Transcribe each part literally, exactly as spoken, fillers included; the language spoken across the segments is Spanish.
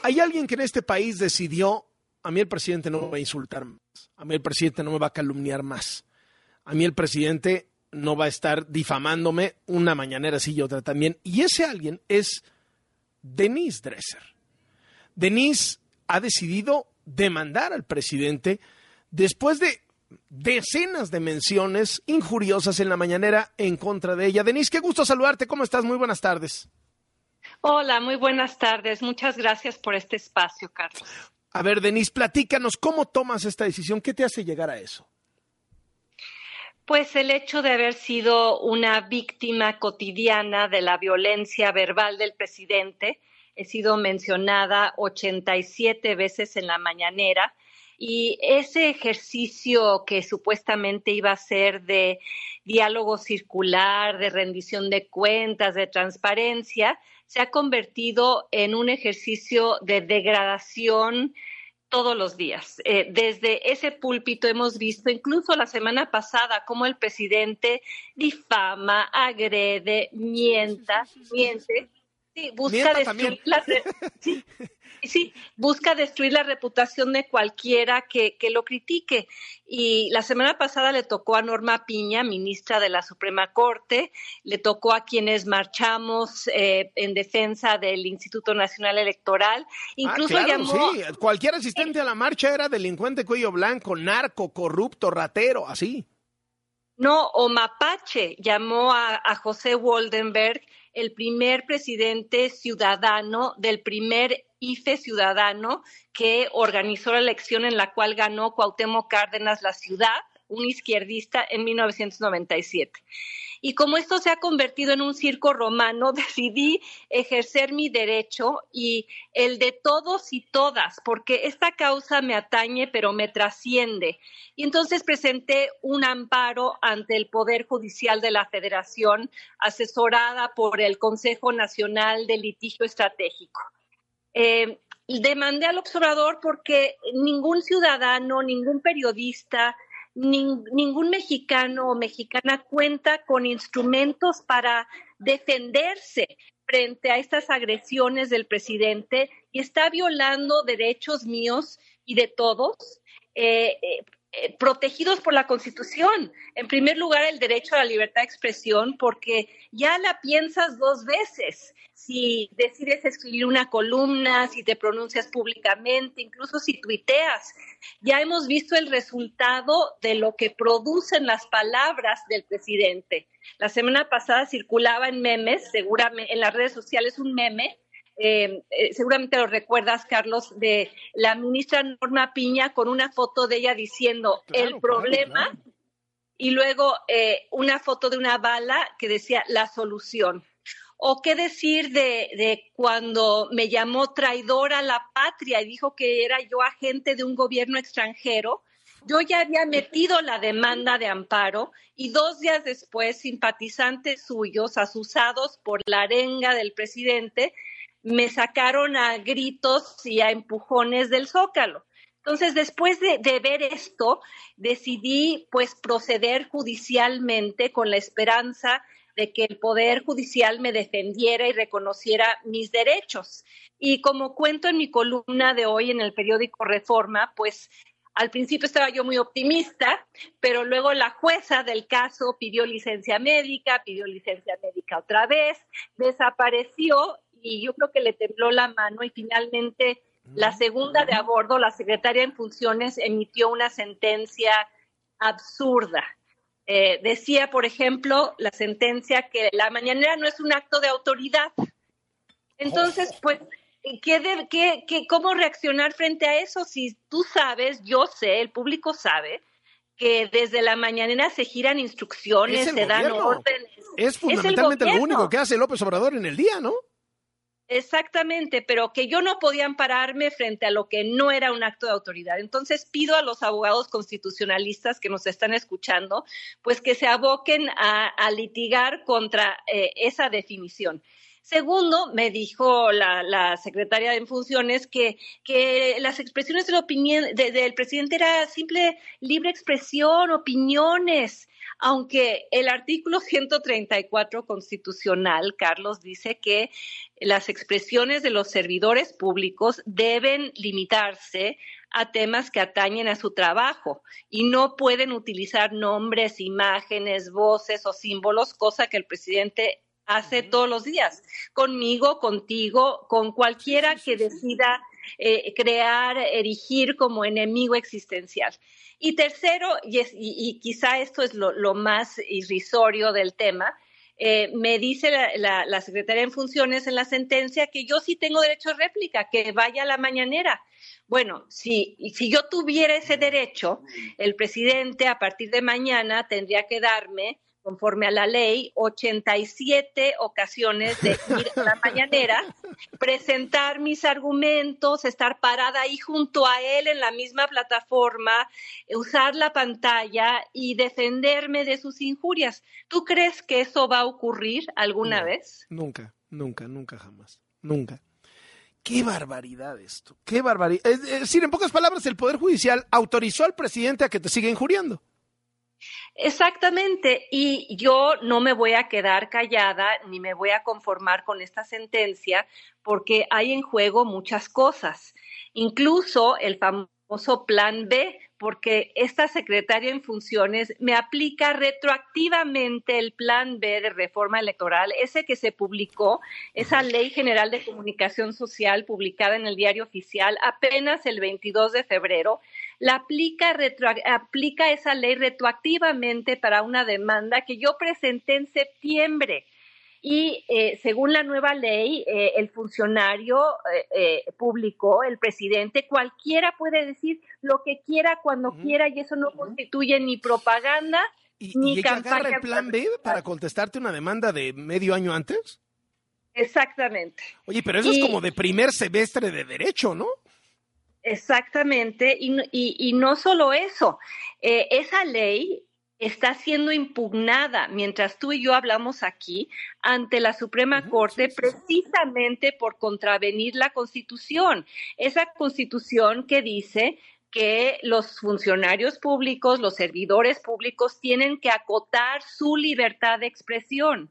hay alguien que en este país decidió, a mí el presidente no me va a insultar más, a mí el presidente no me va a calumniar más, a mí el presidente no va a estar difamándome una mañanera sí y otra también. Y ese alguien es Denise Dresser. Denise ha decidido demandar al presidente después de decenas de menciones injuriosas en la mañanera en contra de ella. Denise, qué gusto saludarte. ¿Cómo estás? Muy buenas tardes. Hola, muy buenas tardes. Muchas gracias por este espacio, Carlos. A ver, Denise, platícanos, ¿cómo tomas esta decisión? ¿Qué te hace llegar a eso? Pues el hecho de haber sido una víctima cotidiana de la violencia verbal del presidente. He sido mencionada ochenta y siete veces en la mañanera y ese ejercicio que supuestamente iba a ser de diálogo circular, de rendición de cuentas, de transparencia, se ha convertido en un ejercicio de degradación todos los días. Eh, desde ese púlpito hemos visto, incluso la semana pasada, cómo el presidente difama, agrede, mienta, miente. Sí, busca destruir la, sí, sí, busca destruir la reputación de cualquiera que, que lo critique. Y la semana pasada le tocó a Norma Piña, ministra de la Suprema Corte, le tocó a quienes marchamos eh, en defensa del Instituto Nacional Electoral. Incluso ah, claro, llamó, sí. Cualquier asistente a la marcha era delincuente cuello blanco, narco, corrupto, ratero, así. No, o mapache, llamó a, a José Woldenberg el primer presidente ciudadano del primer I F E ciudadano que organizó la elección en la cual ganó Cuauhtémoc Cárdenas la ciudad, un izquierdista, en mil novecientos noventa y siete. Y como esto se ha convertido en un circo romano, decidí ejercer mi derecho y el de todos y todas, porque esta causa me atañe, pero me trasciende. Y entonces presenté un amparo ante el Poder Judicial de la Federación, asesorada por el Consejo Nacional de Litigio Estratégico. Eh, demandé al observador porque ningún ciudadano, ningún periodista, Ning, ningún mexicano o mexicana cuenta con instrumentos para defenderse frente a estas agresiones del presidente y está violando derechos míos y de todos, eh, eh, eh, protegidos por la Constitución. En primer lugar, el derecho a la libertad de expresión, porque ya la piensas dos veces. Si decides escribir una columna, si te pronuncias públicamente, incluso si tuiteas. Ya hemos visto el resultado de lo que producen las palabras del presidente. La semana pasada circulaba en memes, seguramente en las redes sociales un meme, eh, eh, seguramente lo recuerdas, Carlos, de la ministra Norma Piña con una foto de ella diciendo claro, el problema claro, claro. Y luego eh, una foto de una bala que decía la solución. O qué decir de, de cuando me llamó traidora a la patria y dijo que era yo agente de un gobierno extranjero. Yo ya había metido la demanda de amparo y dos días después simpatizantes suyos, asusados por la arenga del presidente, me sacaron a gritos y a empujones del Zócalo. Entonces, después de, de ver esto, decidí pues proceder judicialmente con la esperanza de que el Poder Judicial me defendiera y reconociera mis derechos. Y como cuento en mi columna de hoy en el periódico Reforma, pues al principio estaba yo muy optimista, pero luego la jueza del caso pidió licencia médica, pidió licencia médica otra vez, desapareció y yo creo que le tembló la mano y finalmente la segunda de a bordo, la secretaria en funciones, emitió una sentencia absurda. Eh, decía, por ejemplo, la sentencia que la mañanera no es un acto de autoridad. Entonces, pues, ¿qué de, qué, qué, ¿cómo reaccionar frente a eso? Si tú sabes, yo sé, el público sabe, que desde la mañanera se giran instrucciones, se gobierno. dan órdenes. Es fundamentalmente es lo único que hace López Obrador en el día, ¿no? Exactamente, pero que yo no podía ampararme frente a lo que no era un acto de autoridad. Entonces pido a los abogados constitucionalistas que nos están escuchando, pues que se aboquen a, a litigar contra eh, esa definición. Segundo, me dijo la, la secretaria en funciones que, que las expresiones de la opinión de, del presidente era simple libre expresión, opiniones. aunque el artículo ciento treinta y cuatro constitucional, Carlos, dice que las expresiones de los servidores públicos deben limitarse a temas que atañen a su trabajo y no pueden utilizar nombres, imágenes, voces o símbolos, cosa que el presidente hace uh-huh. todos los días, conmigo, contigo, con cualquiera sí, sí, sí, que decida eh, crear, erigir como enemigo existencial. Y tercero, y, es, y, y quizá esto es lo, lo más irrisorio del tema, Eh, me dice la, la, la secretaria en funciones en la sentencia que yo sí tengo derecho a réplica, que vaya a la mañanera. Bueno, si, si yo tuviera ese derecho, el presidente a partir de mañana tendría que darme, conforme a la ley, ochenta y siete ocasiones de ir a la mañanera, presentar mis argumentos, estar parada ahí junto a él en la misma plataforma, usar la pantalla y defenderme de sus injurias. ¿Tú crees que eso va a ocurrir alguna no, vez? Nunca, nunca, nunca jamás, nunca. ¡Qué barbaridad esto! ¡Qué barbaridad! Es decir, en pocas palabras, el Poder Judicial autorizó al presidente a que te siga injuriando. Exactamente, y yo no me voy a quedar callada ni me voy a conformar con esta sentencia porque hay en juego muchas cosas, incluso el famoso Plan B, porque esta secretaria en funciones me aplica retroactivamente el Plan B de reforma electoral, ese que se publicó, esa Ley General de Comunicación Social publicada en el Diario Oficial apenas el veintidós de febrero, la aplica, retro, aplica esa ley retroactivamente para una demanda que yo presenté en septiembre. Y eh, según la nueva ley, eh, el funcionario eh, eh, público, el presidente, cualquiera puede decir lo que quiera cuando uh-huh. quiera y eso no uh-huh. constituye ni propaganda ¿Y, ni y ella campaña. agarra el Plan B para contestarte una demanda de medio año antes? Exactamente. Oye, pero eso y, es como de primer semestre de Derecho, ¿no? Exactamente, y, y, y no solo eso, eh, esa ley está siendo impugnada mientras tú y yo hablamos aquí ante la Suprema uh-huh, Corte sí, sí, precisamente sí. por contravenir la Constitución, esa Constitución que dice que los funcionarios públicos, los servidores públicos tienen que acotar su libertad de expresión.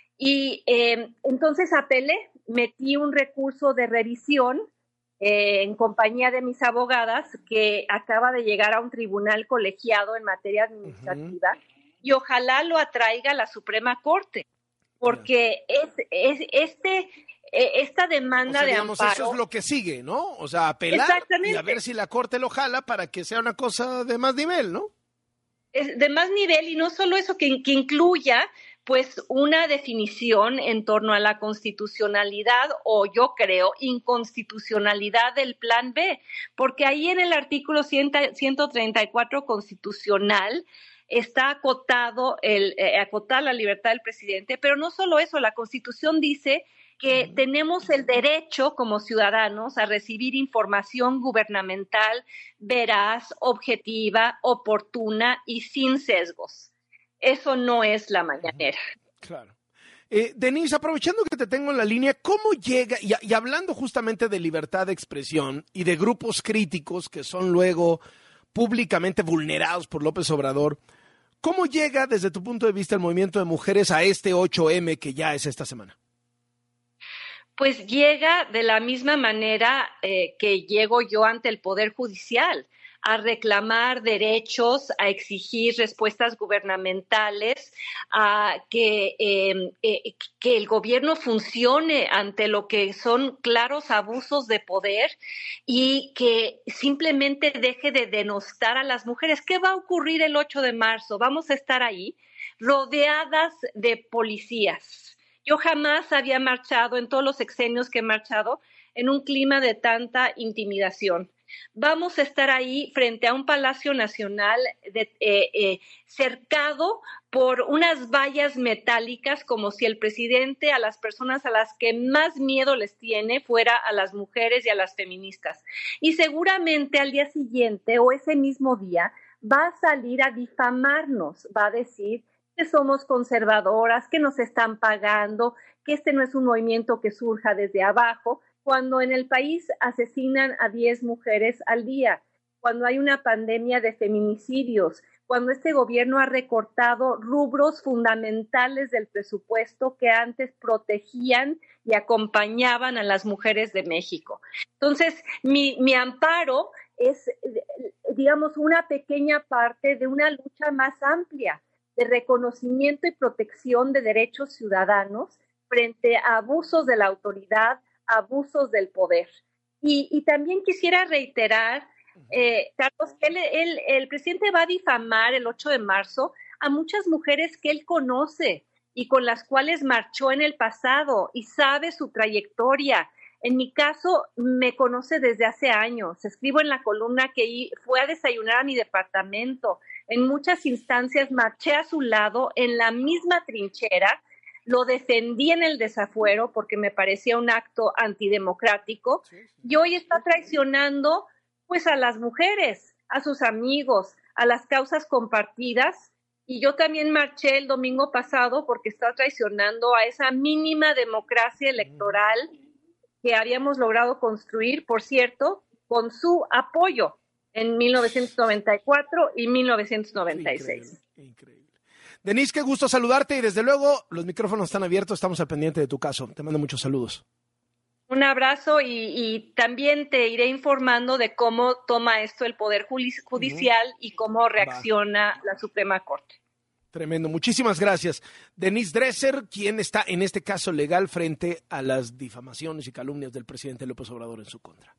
Y eh, entonces apelé, metí un recurso de revisión Eh, en compañía de mis abogadas, que acaba de llegar a un tribunal colegiado en materia administrativa, uh-huh. y ojalá lo atraiga a la Suprema Corte, porque yeah. es, es este eh, esta demanda o sea, digamos, de amparo... Eso es lo que sigue, ¿no? O sea, apelar y a ver si la Corte lo jala para que sea una cosa de más nivel, ¿no? Es de más nivel, y no solo eso, que, que incluya pues una definición en torno a la constitucionalidad o yo creo inconstitucionalidad del Plan B, porque ahí en el artículo ciento treinta y cuatro constitucional está acotado el eh, acotar la libertad del presidente, pero no solo eso, la Constitución dice que uh-huh. tenemos el derecho como ciudadanos a recibir información gubernamental veraz, objetiva, oportuna y sin sesgos. Eso no es la mañanera. Claro. Eh, Denise, aprovechando que te tengo en la línea, ¿cómo llega, y, y hablando justamente de libertad de expresión y de grupos críticos que son luego públicamente vulnerados por López Obrador, ¿cómo llega desde tu punto de vista el movimiento de mujeres a este ocho eme que ya es esta semana? Pues llega de la misma manera eh, que llego yo ante el Poder Judicial, a reclamar derechos, a exigir respuestas gubernamentales, a que, eh, eh, que el gobierno funcione ante lo que son claros abusos de poder y que simplemente deje de denostar a las mujeres. ¿Qué va a ocurrir el ocho de marzo? Vamos a estar ahí rodeadas de policías. Yo jamás había marchado, en todos los sexenios que he marchado, en un clima de tanta intimidación. Vamos a estar ahí frente a un Palacio Nacional de, eh, eh, cercado por unas vallas metálicas, como si el presidente a las personas a las que más miedo les tiene fuera a las mujeres y a las feministas. Y seguramente al día siguiente o ese mismo día va a salir a difamarnos, va a decir que somos conservadoras, que nos están pagando, que este no es un movimiento que surja desde abajo, cuando en el país asesinan a diez mujeres al día, cuando hay una pandemia de feminicidios, cuando este gobierno ha recortado rubros fundamentales del presupuesto que antes protegían y acompañaban a las mujeres de México. Entonces, mi, mi amparo es, digamos, una pequeña parte de una lucha más amplia de reconocimiento y protección de derechos ciudadanos frente a abusos de la autoridad, abusos del poder. Y, y también quisiera reiterar, Eh, Carlos, que él, él, el presidente va a difamar el ocho de marzo a muchas mujeres que él conoce y con las cuales marchó en el pasado y sabe su trayectoria. En mi caso, me conoce desde hace años. Escribo en la columna que fue a desayunar a mi departamento. En muchas instancias marché a su lado en la misma trinchera. Lo defendí en el desafuero porque me parecía un acto antidemocrático. Y hoy está traicionando pues a las mujeres, a sus amigos, a las causas compartidas. Y yo también marché el domingo pasado porque está traicionando a esa mínima democracia electoral que habíamos logrado construir, por cierto, con su apoyo en mil novecientos noventa y cuatro y mil novecientos noventa y seis. Increíble, increíble. Denise, qué gusto saludarte y desde luego los micrófonos están abiertos, estamos al pendiente de tu caso. Te mando muchos saludos. Un abrazo y, y también te iré informando de cómo toma esto el Poder Judicial uh-huh. y cómo reacciona Va. la Suprema Corte. Tremendo, muchísimas gracias. Denise Dresser, quien está en este caso legal frente a las difamaciones y calumnias del presidente López Obrador en su contra.